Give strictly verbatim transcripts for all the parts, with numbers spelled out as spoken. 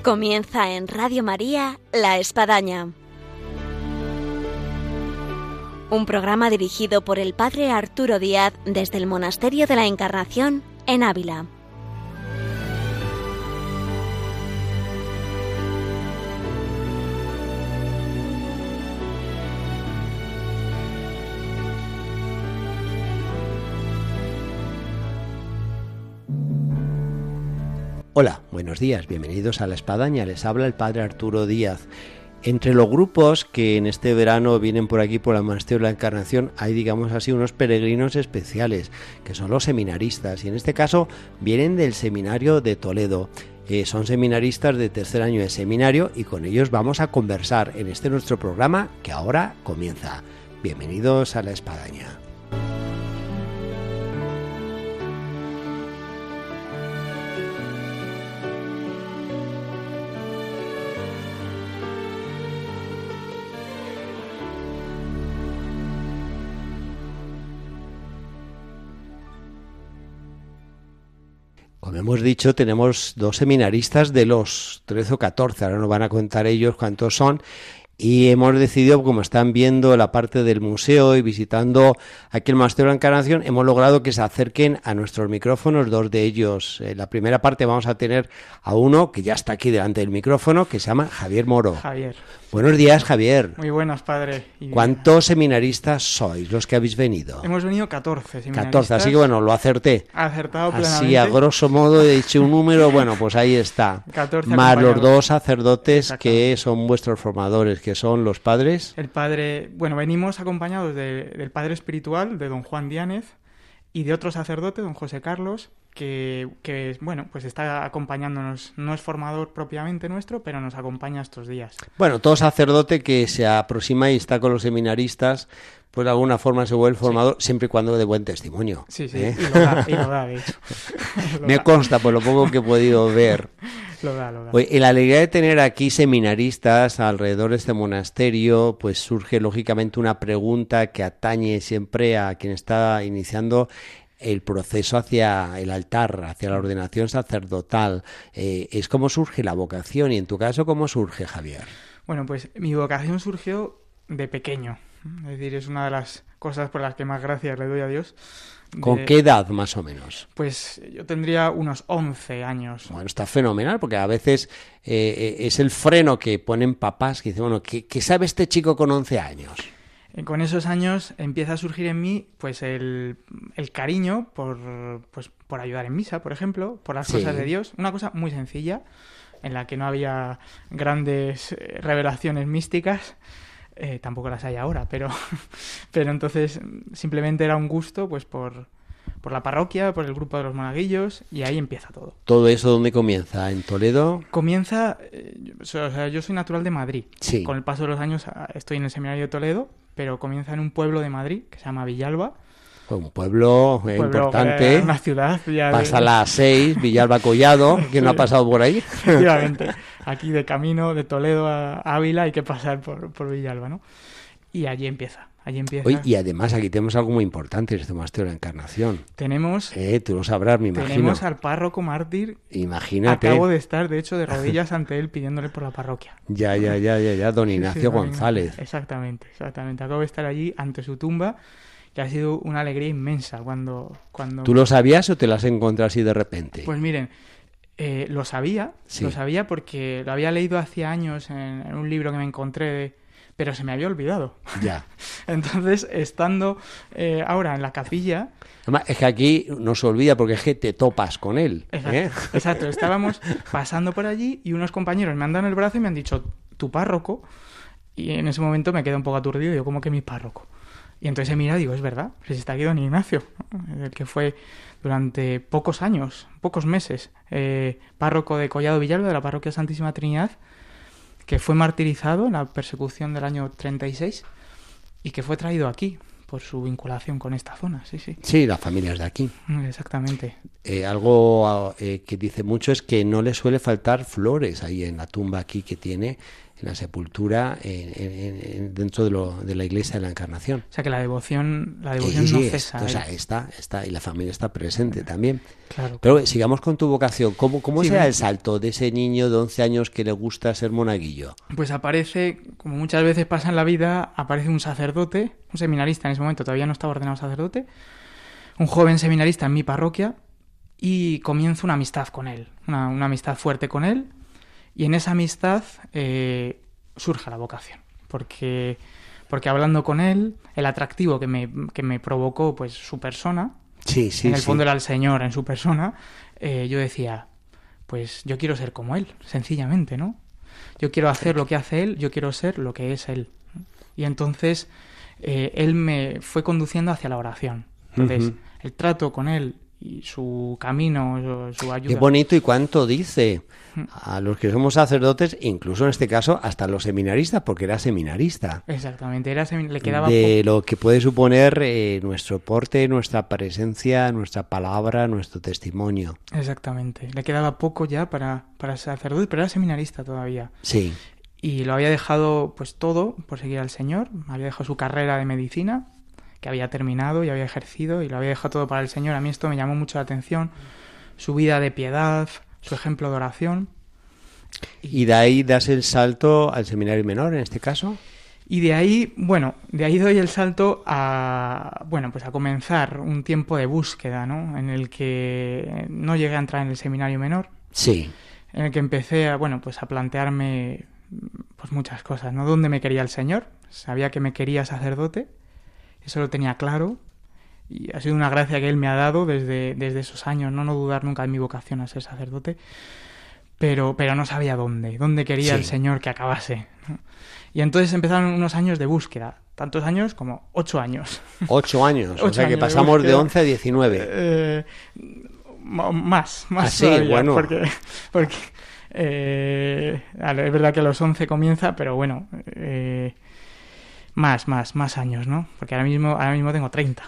Comienza en Radio María La Espadaña, un programa dirigido por el Padre Arturo Díaz desde el Monasterio de la Encarnación en Ávila. Hola, buenos días, bienvenidos a La Espadaña, les habla el Padre Arturo Díaz. Entre los grupos que en este verano vienen por aquí por el Monasterio de la Encarnación hay, digamos así, unos peregrinos especiales, que son los seminaristas, y en este caso vienen del Seminario de Toledo. Eh, son seminaristas de tercer año de seminario y con ellos vamos a conversar en este nuestro programa que ahora comienza. Bienvenidos a La Espadaña. Como hemos dicho, tenemos dos seminaristas de los trece o catorce, ahora nos van a contar ellos cuántos son, y hemos decidido, como están viendo la parte del museo y visitando aquí el Monasterio de la Encarnación, hemos logrado que se acerquen a nuestros micrófonos, dos de ellos. En la primera parte vamos a tener a uno que ya está aquí delante del micrófono, que se llama Javier Moro. Javier. Buenos días, Javier. Muy buenos, padre. Y ¿Cuántos seminaristas sois los que habéis venido? Hemos venido catorce seminaristas. catorce, así que bueno, lo acerté. Acertado plenamente. Así, a grosso modo, he dicho un número, bueno, pues ahí está. catorce Más los dos sacerdotes que son vuestros formadores, que son los padres. El padre, bueno, venimos acompañados de, del padre espiritual, de don Juan Diánez, y de otro sacerdote, don José Carlos, que, que, bueno, pues está acompañándonos. No es formador propiamente nuestro, pero nos acompaña estos días. Bueno, todo sacerdote que se aproxima y está con los seminaristas, pues de alguna forma se vuelve formador, sí, siempre y cuando de buen testimonio. Sí, sí, ¿eh? y lo da, y lo da, de hecho. Me da. consta, por lo poco que he podido ver. Lo da, lo da. Oye, y la alegría de tener aquí seminaristas alrededor de este monasterio, pues surge lógicamente una pregunta que atañe siempre a quien está iniciando el proceso hacia el altar, hacia la ordenación sacerdotal. Eh, es cómo surge la vocación, y en tu caso, ¿cómo surge, Javier? Bueno, pues mi vocación surgió de pequeño. Es decir, es una de las cosas por las que más gracias le doy a Dios. De... ¿Con qué edad, más o menos? Pues yo tendría unos once años. Bueno, está fenomenal, porque a veces eh, es el freno que ponen papás que dicen, bueno, ¿qué, qué sabe este chico con once años? Con esos años empieza a surgir en mí pues el, el cariño por, pues, por ayudar en misa, por ejemplo, por las sí. cosas de Dios. Una cosa muy sencilla, en la que no había grandes revelaciones místicas. Eh, tampoco las hay ahora, pero, pero entonces simplemente era un gusto pues por, por la parroquia, por el grupo de los monaguillos, y ahí empieza todo. ¿Todo eso dónde comienza? ¿En Toledo? Comienza, eh, o sea, yo soy natural de Madrid. Sí. Con el paso de los años estoy en el seminario de Toledo, pero comienza en un pueblo de Madrid que se llama Villalba. Un pueblo, un pueblo importante. Una ciudad. Ya Pasa de... la A seis, Villalba Collado. ¿Quién sí. no ha pasado por ahí? Efectivamente. Aquí de camino de Toledo a Ávila hay que pasar por, por Villalba, ¿no? Y allí empieza. Allí empieza. Oye, y además aquí tenemos algo muy importante en este Monasterio de la Encarnación. Tenemos... Eh, tú lo sabrás, me imagino. Tenemos al párroco mártir. Imagínate. Acabo de estar, de hecho, de rodillas ante él pidiéndole por la parroquia. Ya, ya, ya, ya, ya. Don Ignacio sí, sí, González. Exactamente, exactamente. Acabo de estar allí ante su tumba. Que ha sido una alegría inmensa cuando... cuando... ¿Tú lo sabías o te las encontrado así de repente? Pues miren, eh, lo sabía, sí. lo sabía porque lo había leído hace años en, en un libro que me encontré, de, pero se me había olvidado. Ya. Entonces, estando eh, ahora en la capilla... Además, es que aquí no se olvida porque es que te topas con él. Exacto, ¿eh? exacto. Estábamos pasando por allí y unos compañeros me han dado el brazo y me han dicho, tu párroco, y en ese momento me quedé un poco aturdido y digo, ¿cómo que mi párroco? Y entonces he mirado y digo, es verdad, pues está aquí don Ignacio, el que fue durante pocos años, pocos meses, eh, párroco de Collado Villalba, de la parroquia Santísima Trinidad, que fue martirizado en la persecución del año treinta y seis y que fue traído aquí por su vinculación con esta zona, sí, sí. Sí, las familias de aquí. Exactamente. Eh, algo eh, que dice mucho es que no le suele faltar flores ahí en la tumba aquí que tiene en la sepultura, en, en, en, dentro de, lo, de la Iglesia de la Encarnación. O sea que la devoción, la devoción sí, no sí, cesa. Esto, o sea, está, está, y la familia está presente también. Claro. Pero sigamos con tu vocación. ¿Cómo, cómo Sí, será me... el salto de ese niño de once años que le gusta ser monaguillo? Pues aparece, como muchas veces pasa en la vida, aparece un sacerdote, un seminarista en ese momento, todavía no estaba ordenado sacerdote, un joven seminarista en mi parroquia, y comienzo una amistad con él, una, una amistad fuerte con él, y en esa amistad eh, surge la vocación, porque, porque hablando con él, el atractivo que me, que me provocó pues su persona, sí, sí, en el sí. fondo era el Señor en su persona, eh, yo decía, pues yo quiero ser como él, sencillamente, ¿no? Yo quiero hacer lo que hace él, yo quiero ser lo que es él. Y entonces eh, él me fue conduciendo hacia la oración. Entonces, uh-huh. el trato con él y su camino, su ayuda. Qué bonito, y cuánto dice a los que somos sacerdotes, incluso en este caso hasta los seminaristas, porque era seminarista. Exactamente, era semin... le quedaba de po... lo que puede suponer eh, nuestro porte, nuestra presencia, nuestra palabra, nuestro testimonio. Exactamente, le quedaba poco ya para, para ser sacerdote, pero era seminarista todavía. Sí. Y lo había dejado pues todo por seguir al Señor, había dejado su carrera de medicina, que había terminado y había ejercido, y lo había dejado todo para el Señor. A mí esto me llamó mucho la atención, su vida de piedad, su ejemplo de oración. ¿Y de ahí das el salto al seminario menor, en este caso? Y de ahí, bueno, de ahí doy el salto a, bueno, pues a comenzar un tiempo de búsqueda, ¿no? En el que no llegué a entrar en el seminario menor. Sí. En el que empecé a, bueno, pues a plantearme pues muchas cosas, ¿no? ¿Dónde me quería el Señor? Sabía que me quería sacerdote. Eso lo tenía claro, y ha sido una gracia que Él me ha dado desde, desde esos años, ¿no? No dudar nunca de mi vocación a ser sacerdote, pero, pero no sabía dónde, dónde quería sí. el Señor que acabase, ¿no? Y entonces empezaron unos años de búsqueda, tantos años como ocho años. Ocho años, ocho o sea años que pasamos de, de once a diecinueve. Eh, más, más Así, todavía, bueno. porque... porque eh, vale, es verdad que a los once comienza, pero bueno... Eh, Más, más, más años, ¿no? Porque ahora mismo, ahora mismo tengo treinta.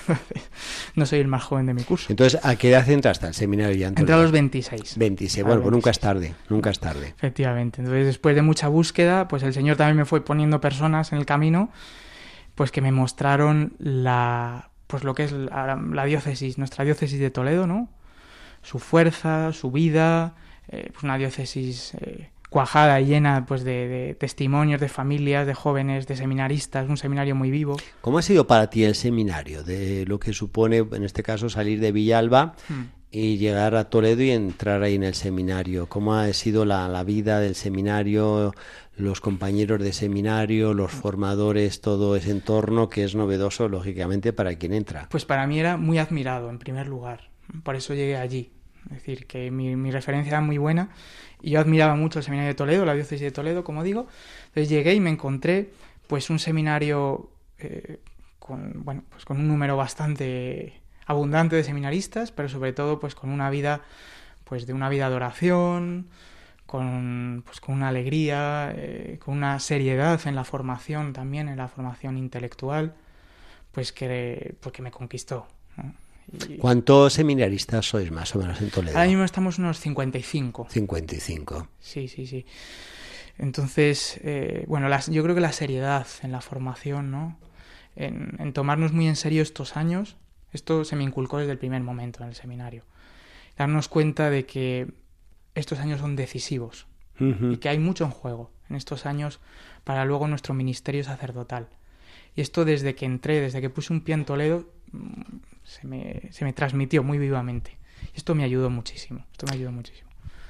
No soy el más joven de mi curso. Entonces, ¿a qué edad entraste al seminario ya? Entré a los veintiséis. veintiséis, bueno, pues nunca es tarde, nunca es tarde. Efectivamente. Entonces, después de mucha búsqueda, pues el Señor también me fue poniendo personas en el camino, pues que me mostraron la, pues lo que es la, la diócesis, nuestra diócesis de Toledo, ¿no? Su fuerza, su vida, eh, pues una diócesis... Eh, cuajada y llena pues de, de testimonios de familias, de jóvenes, de seminaristas, un seminario muy vivo. ¿Cómo ha sido para ti el seminario? De lo que supone, en este caso, salir de Villalba hmm. y llegar a Toledo y entrar ahí en el seminario. ¿Cómo ha sido la, la vida del seminario, los compañeros de seminario, los formadores, todo ese entorno que es novedoso, lógicamente, para quien entra? Pues para mí era muy admirado, en primer lugar. Por eso llegué allí. Es decir, que mi, mi referencia era muy buena y yo admiraba mucho el seminario de Toledo, la diócesis de Toledo, como digo. Entonces llegué y me encontré pues un seminario eh, con, bueno, pues con un número bastante abundante de seminaristas, pero sobre todo pues con una vida pues de una vida de oración, con, pues, con una alegría, eh, con una seriedad en la formación también, en la formación intelectual, pues que, pues que me conquistó, ¿no? Y... ¿Cuántos seminaristas sois más o menos en Toledo? Ahora mismo estamos unos cincuenta y cinco. cincuenta y cinco. Sí, sí, sí. Entonces, eh, bueno, las, yo creo que la seriedad en la formación, ¿no? En, en tomarnos muy en serio estos años, esto se me inculcó desde el primer momento en el seminario. Darnos cuenta de que estos años son decisivos uh-huh. y que hay mucho en juego en estos años para luego nuestro ministerio sacerdotal. Y esto desde que entré, desde que puse un pie en Toledo, se me, se me transmitió muy vivamente. Esto me ayudó muchísimo, esto me ayudó muchísimo.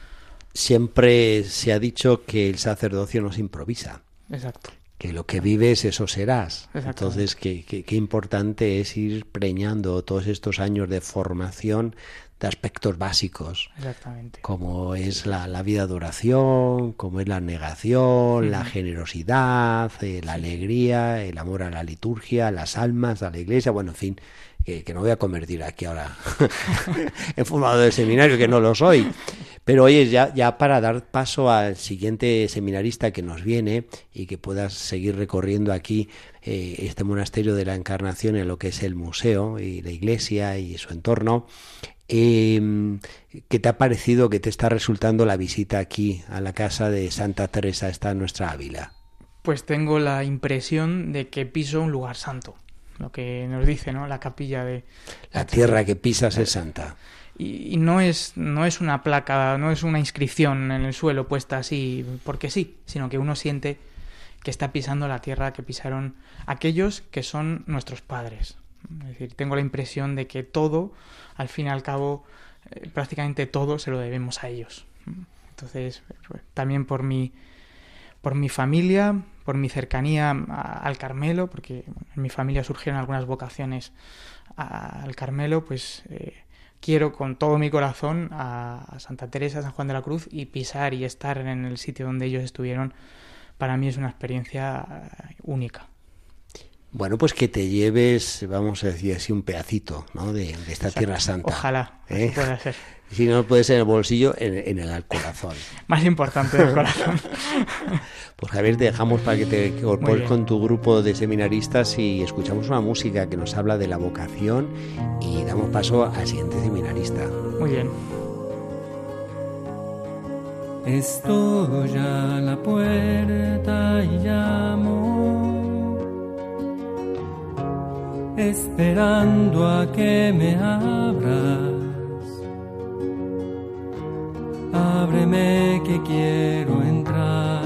Siempre se ha dicho que el sacerdocio no se improvisa. Exacto. Que lo que vives, eso serás. Entonces, qué, qué, qué importante es ir preñando todos estos años de formación de aspectos básicos. Exactamente. Como es la, la vida de oración, como es la negación, uh-huh. la generosidad, eh, la sí. alegría, el amor a la liturgia, a las almas, a la iglesia, bueno, en fin, que, que no voy a convertir aquí ahora en formador del seminario, que no lo soy. Pero oye, ya, ya para dar paso al siguiente seminarista que nos viene y que puedas seguir recorriendo aquí eh, este monasterio de la Encarnación en lo que es el museo y la iglesia y su entorno, Eh, ¿Qué te ha parecido, qué te está resultando la visita aquí a la casa de Santa Teresa, esta nuestra Ávila? Pues tengo la impresión de que piso un lugar santo, lo que nos dice, ¿no? La capilla de... La tierra que pisas es santa. Y, y no es, no es una placa, no es una inscripción en el suelo puesta así porque sí, sino que uno siente que está pisando la tierra que pisaron aquellos que son nuestros padres. Es decir, tengo la impresión de que todo, al fin y al cabo, eh, prácticamente todo se lo debemos a ellos. Entonces, pues, también por mi, por mi familia, por mi cercanía a, al Carmelo, porque en mi familia surgieron algunas vocaciones a, al Carmelo, pues eh, quiero con todo mi corazón a, a Santa Teresa, a San Juan de la Cruz, y pisar y estar en el sitio donde ellos estuvieron, para mí es una experiencia única. Bueno, pues que te lleves, vamos a decir así, un pedacito, ¿no?, de, de esta Tierra Santa. Ojalá, ¿eh? así pueda ser. Si no puede ser en el bolsillo, en, en el corazón. Más importante del corazón. Pues Javier, te dejamos para que te incorpores con tu grupo de seminaristas y escuchamos una música que nos habla de la vocación y damos paso al siguiente seminarista. Muy bien. Estoy a la puerta y llamo, esperando a que me abras. Ábreme que quiero entrar,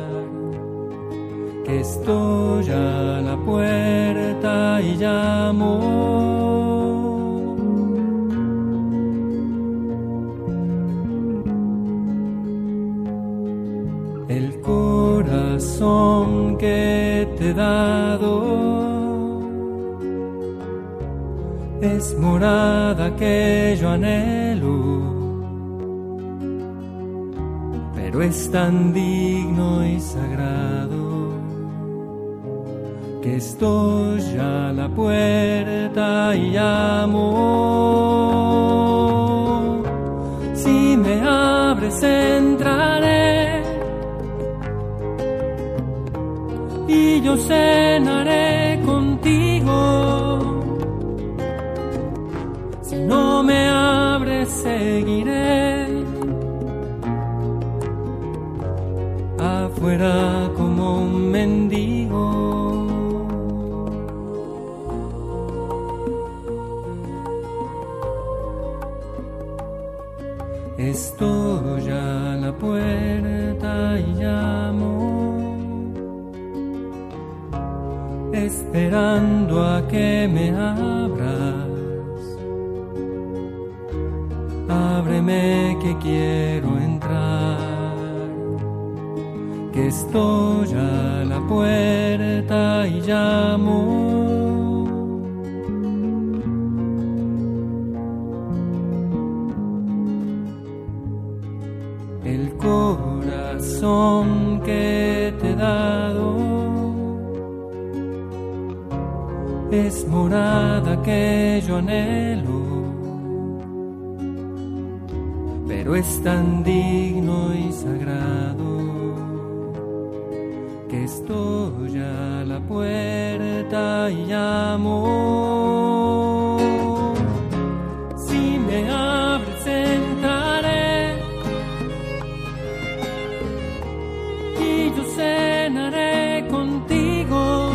que estoy a la puerta y llamo. El corazón que te he dado es morada que yo anhelo, pero es tan digno y sagrado que estoy a la puerta y llamo. Si me abres entraré y yo cenaré contigo. Si no me abres seguiré afuera como un mendigo. Estoy a la puerta y llamo, esperando a que me abras. Ábreme que quiero entrar, que estoy a la puerta y llamo. El corazón que te he dado es morada que yo anhelo, pero es tan digno y sagrado que estoy a la puerta y llamo. Si me abres entraré y yo cenaré contigo.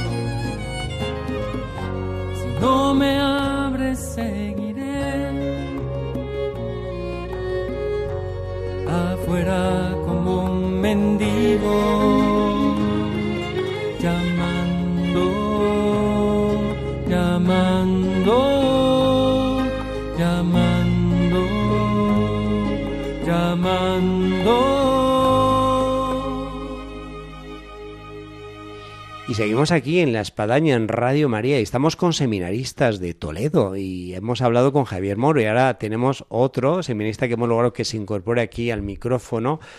Si no me abres seguiré afuera como un mendigo, llamando, llamando, llamando, llamando. Y seguimos aquí en La Espadaña, en Radio María, y estamos con seminaristas de Toledo y hemos hablado con Javier Moro y ahora tenemos otro seminarista que hemos logrado que se incorpore aquí al micrófono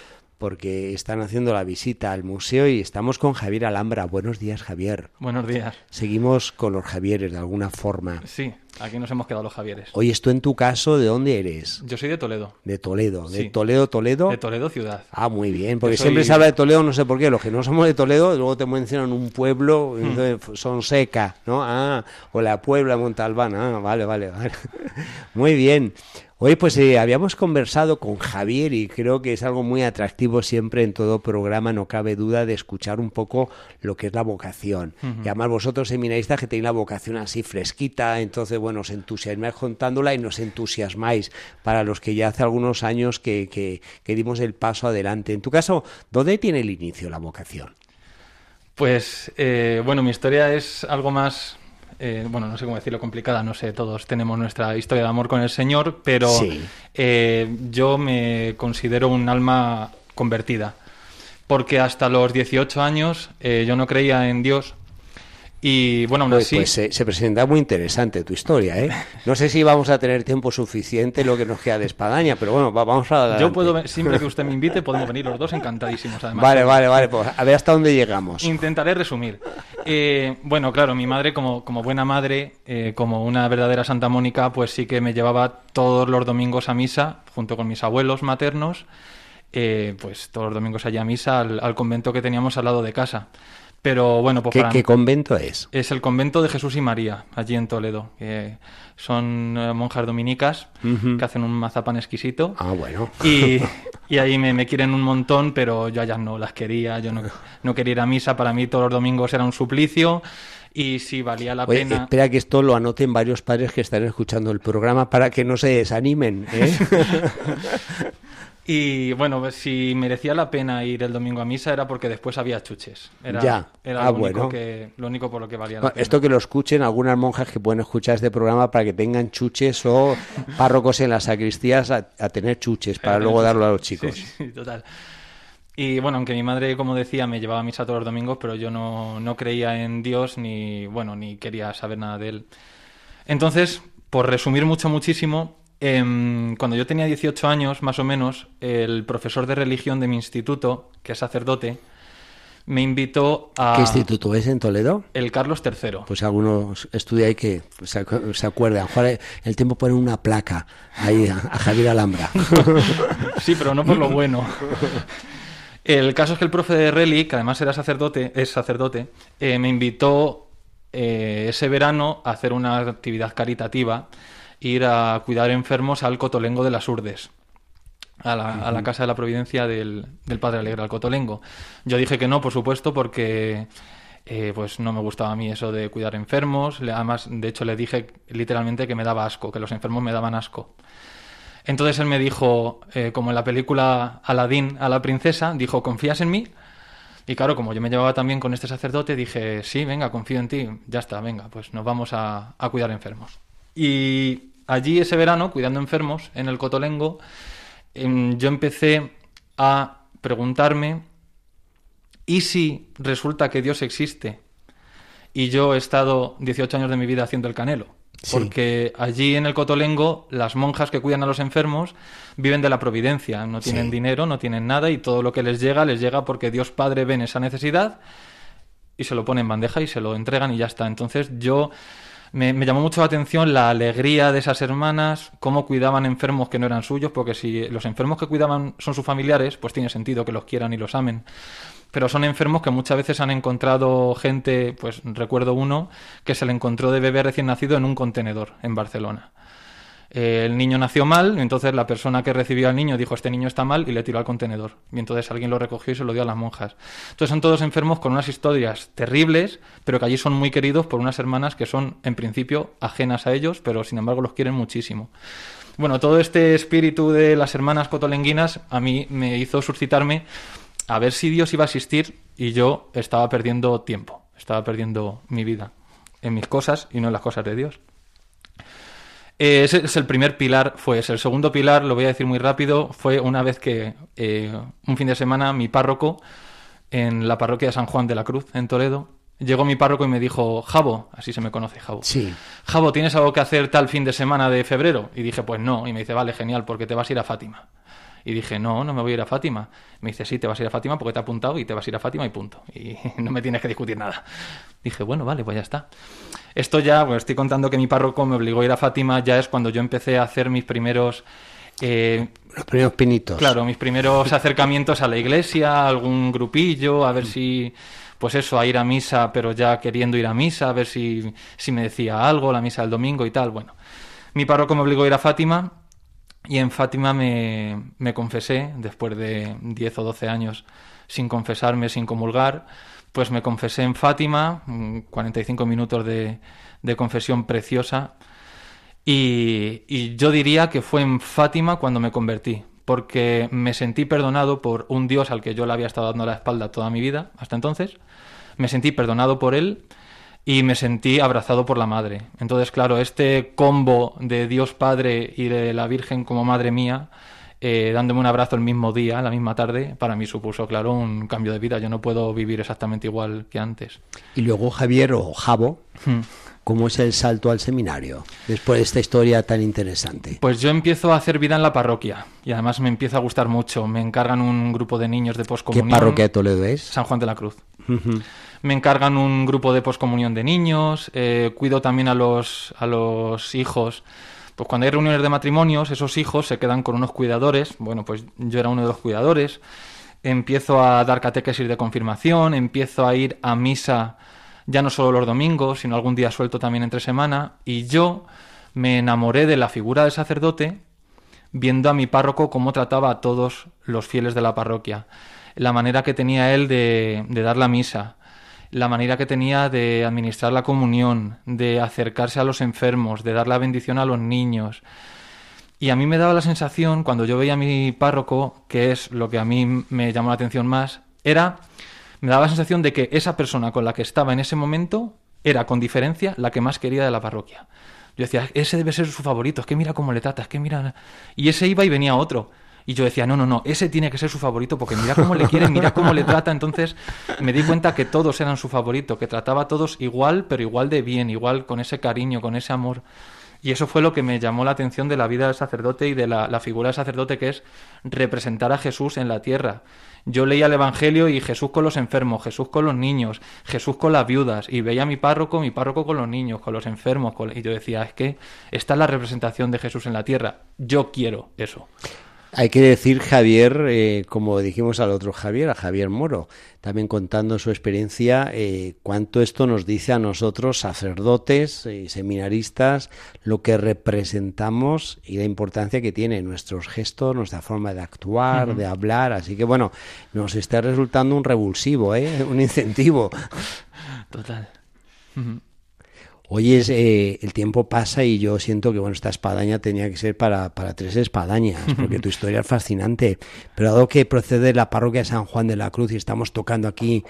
porque están haciendo la visita al museo y estamos con Javier Alhambra. Buenos días, Javier. Buenos días. Seguimos con los Javieres de alguna forma. Sí, aquí nos hemos quedado los Javieres. Oye, tú en tu caso, ¿de dónde eres? Yo soy de Toledo. De Toledo. ¿De Sí. Toledo, Toledo? De Toledo ciudad. Ah, muy bien, porque Yo soy- siempre se habla de Toledo, no sé por qué, los que no somos de Toledo, luego te mencionan un pueblo, Hmm. entonces son Seca, ¿no? Ah, o la Puebla, Montalbán, ah, vale, vale, vale. Muy bien. Hoy pues eh, habíamos conversado con Javier y creo que es algo muy atractivo siempre en todo programa, no cabe duda de escuchar un poco lo que es la vocación. Ujú. Y además vosotros seminaristas que tenéis la vocación así fresquita, entonces bueno, os entusiasmáis contándola y nos entusiasmáis para los que ya hace algunos años que, que, que dimos el paso adelante. En tu caso, ¿dónde tiene el inicio la vocación? Pues, eh, bueno, mi historia es algo más, eh, bueno, no sé cómo decirlo, complicada, no sé, todos tenemos nuestra historia de amor con el Señor, pero Sí. eh, yo me considero un alma convertida, porque hasta los dieciocho años eh, yo no creía en Dios y, bueno, aún Pues, así... pues, eh, se presenta muy interesante tu historia, ¿eh? No sé si vamos a tener tiempo suficiente lo que nos queda de Espadaña, pero bueno, va- vamos a adelante. Yo puedo, ve- siempre que usted me invite, podemos venir los dos encantadísimos, además. Vale, vale, vale, pues a ver hasta dónde llegamos. Intentaré resumir. Eh, bueno, claro, mi madre, como, como buena madre, eh, como una verdadera Santa Mónica, pues sí que me llevaba todos los domingos a misa, junto con mis abuelos maternos, eh, pues todos los domingos allá a misa, al, al convento que teníamos al lado de casa. Pero bueno, pues ¿Qué, para qué convento es? es el convento de Jesús y María, allí en Toledo, que son eh, monjas dominicas Ujú. que hacen un mazapán exquisito. Ah, bueno. Y, y ahí me, me quieren un montón, pero yo allá no las quería, yo no, no quería ir a misa, para mí todos los domingos era un suplicio y si valía la Oye, pena... espera que esto lo anoten varios padres que están escuchando el programa para que no se desanimen, ¿eh? Y bueno, pues, si merecía la pena ir el domingo a misa era porque después había chuches. Era, Ya. era Ah, lo, único bueno. que, lo único por lo que valía la Bueno, pena. esto que lo escuchen algunas monjas que pueden escuchar este programa para que tengan chuches o párrocos en las sacristías a, a tener chuches para luego darlo a los chicos. Sí, sí, total. Y bueno, aunque mi madre, como decía, me llevaba a misa todos los domingos, pero yo no, no creía en Dios ni, bueno, ni quería saber nada de él. Entonces, por resumir mucho, muchísimo, em, cuando yo tenía dieciocho años, más o menos, el profesor de religión de mi instituto, que es sacerdote, me invitó a... ¿Qué instituto es en Toledo? El Carlos tercero. Pues algunos estudia ahí que se, acu- se acuerdan. Ojalá el tiempo pone una placa ahí a, a Javier Alhambra. Sí, pero no por lo bueno. El caso es que el profe de Reli, que además era sacerdote, es sacerdote, eh, me invitó eh, ese verano a hacer una actividad caritativa, ir a cuidar enfermos al Cotolengo de las Urdes, a la, a la Casa de la Providencia del, del Padre Alegre, al Cotolengo. Yo dije que no, por supuesto, porque eh, pues no me gustaba a mí eso de cuidar enfermos. Le- Además, de hecho, le dije literalmente que me daba asco, que los enfermos me daban asco. Entonces él me dijo, eh, como en la película Aladín a la princesa, dijo, ¿confías en mí? Y claro, como yo me llevaba también con este sacerdote, dije, sí, venga, confío en ti, ya está, venga, pues nos vamos a, a cuidar enfermos. Y allí ese verano, cuidando enfermos en el Cotolengo, em, yo empecé a preguntarme, ¿y si resulta que Dios existe y yo he estado dieciocho años de mi vida haciendo el canelo? Sí. Porque allí en el Cotolengo las monjas que cuidan a los enfermos viven de la providencia, no tienen Sí. dinero, no tienen nada y todo lo que les llega, les llega porque Dios Padre ve en esa necesidad y se lo pone en bandeja y se lo entregan y ya está. Entonces yo me, me llamó mucho la atención la alegría de esas hermanas, cómo cuidaban enfermos que no eran suyos, porque si los enfermos que cuidaban son sus familiares, pues tiene sentido que los quieran y los amen. Pero son enfermos que muchas veces han encontrado gente, pues recuerdo uno que se le encontró de bebé recién nacido en un contenedor en Barcelona. Eh, el niño nació mal, entonces la persona que recibió al niño dijo, este niño está mal, y le tiró al contenedor. Y entonces alguien lo recogió y se lo dio a las monjas. Entonces son todos enfermos con unas historias terribles, pero que allí son muy queridos por unas hermanas que son, en principio, ajenas a ellos, pero sin embargo los quieren muchísimo. Bueno, todo este espíritu de las hermanas cotolenguinas a mí me hizo suscitarme a ver si Dios iba a existir y yo estaba perdiendo tiempo, estaba perdiendo mi vida en mis cosas y no en las cosas de Dios. Eh, ese es el primer pilar, fue ese. El segundo pilar, lo voy a decir muy rápido, fue una vez que eh, un fin de semana mi párroco, en la parroquia de San Juan de la Cruz, en Toledo, llegó mi párroco y me dijo, Jabo, así se me conoce, Jabo. Sí. Jabo, ¿tienes algo que hacer tal fin de semana de febrero? Y dije, pues no. Y me dice, vale, genial, porque te vas a ir a Fátima. Y dije, no, no me voy a ir a Fátima. Me dice, sí, te vas a ir a Fátima porque te he apuntado y te vas a ir a Fátima y punto. Y no me tienes que discutir nada. Dije, bueno, vale, pues ya está. Esto ya, pues estoy contando que mi párroco me obligó a ir a Fátima, ya es cuando yo empecé a hacer mis primeros... Eh, Los primeros pinitos. Claro, mis primeros acercamientos a la iglesia, a algún grupillo, a ver si... Pues eso, a ir a misa, pero ya queriendo ir a misa, a ver si, si me decía algo, la misa del domingo y tal. Bueno, mi párroco me obligó a ir a Fátima y en Fátima me, me confesé, después de diez o doce años sin confesarme, sin comulgar, pues me confesé en Fátima, cuarenta y cinco minutos de, de confesión preciosa. Y, y yo diría que fue en Fátima cuando me convertí, porque me sentí perdonado por un Dios al que yo le había estado dando la espalda toda mi vida, hasta entonces. Me sentí perdonado por él y me sentí abrazado por la Madre. Entonces, claro, este combo de Dios Padre y de la Virgen como Madre mía, eh, dándome un abrazo el mismo día, la misma tarde, para mí supuso, claro, un cambio de vida. Yo no puedo vivir exactamente igual que antes. Y luego, Javier, o Javo, hmm. ¿cómo es el salto al seminario después de esta historia tan interesante? Pues yo empiezo a hacer vida en la parroquia y además me empieza a gustar mucho. Me encargan un grupo de niños de poscomunión. ¿Qué parroquia de Toledo es? San Juan de la Cruz. Uh-huh. Me encargan un grupo de poscomunión de niños, eh, cuido también a los, a los hijos. Pues cuando hay reuniones de matrimonios, esos hijos se quedan con unos cuidadores. Bueno, pues yo era uno de los cuidadores. Empiezo a dar catequesis de confirmación, empiezo a ir a misa ya no solo los domingos, sino algún día suelto también entre semana. Y yo me enamoré de la figura del sacerdote viendo a mi párroco cómo trataba a todos los fieles de la parroquia. La manera que tenía él de, de dar la misa, la manera que tenía de administrar la comunión, de acercarse a los enfermos, de dar la bendición a los niños. Y a mí me daba la sensación, cuando yo veía a mi párroco, que es lo que a mí me llamó la atención más, era, me daba la sensación de que esa persona con la que estaba en ese momento era, con diferencia, la que más quería de la parroquia. Yo decía, ese debe ser su favorito, es que mira cómo le trata, es que mira... Y ese iba y venía otro. Y yo decía, no, no, no, ese tiene que ser su favorito porque mira cómo le quiere, mira cómo le trata. Entonces me di cuenta que todos eran su favorito, que trataba a todos igual, pero igual de bien, igual con ese cariño, con ese amor. Y eso fue lo que me llamó la atención de la vida del sacerdote y de la, la figura del sacerdote, que es representar a Jesús en la tierra. Yo leía el Evangelio y Jesús con los enfermos, Jesús con los niños, Jesús con las viudas, y veía a mi párroco, mi párroco con los niños, con los enfermos, con... y yo decía, es que esta es la representación de Jesús en la tierra. Yo quiero eso. Hay que decir, Javier, eh, como dijimos al otro Javier, a Javier Moro, también contando su experiencia, eh, cuánto esto nos dice a nosotros, sacerdotes y eh, seminaristas, lo que representamos y la importancia que tiene nuestros gestos, nuestra forma de actuar, uh-huh. de hablar. Así que, bueno, nos está resultando un revulsivo, ¿eh? Un incentivo. Total. Uh-huh. Hoy es, eh, el tiempo pasa y yo siento que bueno, esta espadaña tenía que ser para, para tres espadañas, porque tu historia es fascinante. Pero dado que procede de la parroquia de San Juan de la Cruz y estamos tocando aquí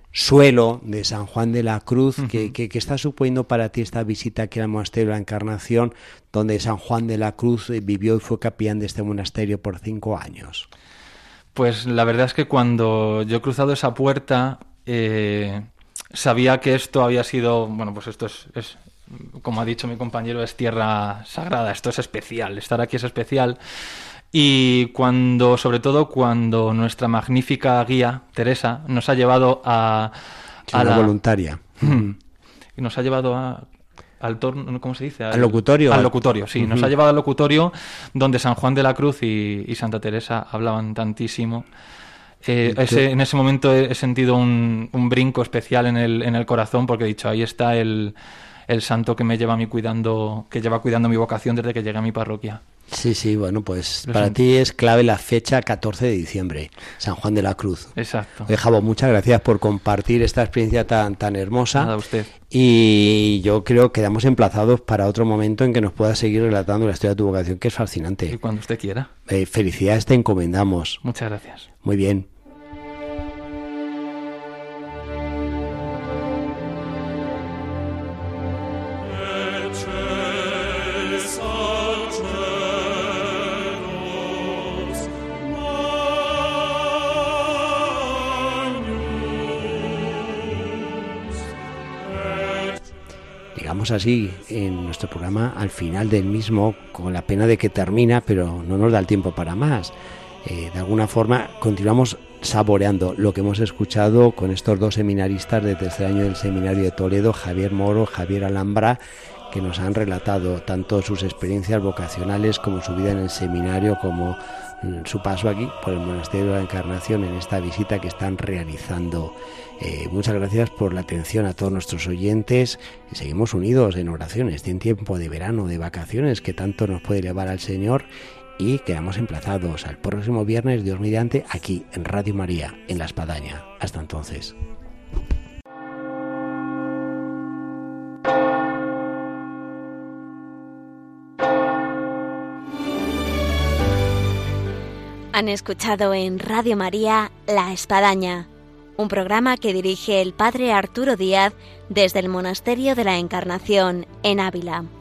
suelo de San Juan de la Cruz, uh-huh. ¿qué, qué, qué está suponiendo para ti esta visita aquí al monasterio de la Encarnación, donde San Juan de la Cruz vivió y fue capellán de este monasterio por cinco años? Pues la verdad es que cuando yo he cruzado esa puerta... Eh... sabía que esto había sido, bueno, pues esto es, es, como ha dicho mi compañero, es tierra sagrada, esto es especial, estar aquí es especial. Y cuando, sobre todo cuando nuestra magnífica guía, Teresa, nos ha llevado a... a la voluntaria. Y nos ha llevado a... al torno, ¿cómo se dice? Al, al locutorio. Al locutorio, sí. Uh-huh. Nos ha llevado al locutorio donde San Juan de la Cruz y, y Santa Teresa hablaban tantísimo. Eh, ese, en ese momento he, he sentido un, un brinco especial en el, en el corazón porque he dicho, ahí está el, el santo que me lleva a mí cuidando, que lleva cuidando mi vocación desde que llegué a mi parroquia. Sí, sí, bueno, pues Lo para siento. ti es clave la fecha catorce de diciembre, San Juan de la Cruz. Exacto. Oye, Javo, muchas gracias por compartir esta experiencia tan, tan hermosa. Nada, usted. Y yo creo que quedamos emplazados para otro momento en que nos puedas seguir relatando la historia de tu vocación, que es fascinante. Y cuando usted quiera. Eh, felicidades, te encomendamos. Muchas gracias. Muy bien. Llegamos así en nuestro programa al final del mismo, con la pena de que termina, pero no nos da el tiempo para más. eh, de alguna forma continuamos saboreando lo que hemos escuchado con estos dos seminaristas de tercer año del Seminario de Toledo, Javier Moro, Javier Alhambra, que nos han relatado tanto sus experiencias vocacionales como su vida en el seminario, como su paso aquí por el Monasterio de la Encarnación en esta visita que están realizando. Eh, muchas gracias por la atención a todos nuestros oyentes. Seguimos unidos en oraciones, en tiempo de verano, de vacaciones, que tanto nos puede llevar al Señor, y quedamos emplazados al próximo viernes, Dios mediante, aquí en Radio María, en La Espadaña. Hasta entonces. Han escuchado en Radio María La Espadaña, un programa que dirige el padre Arturo Díaz desde el Monasterio de la Encarnación en Ávila.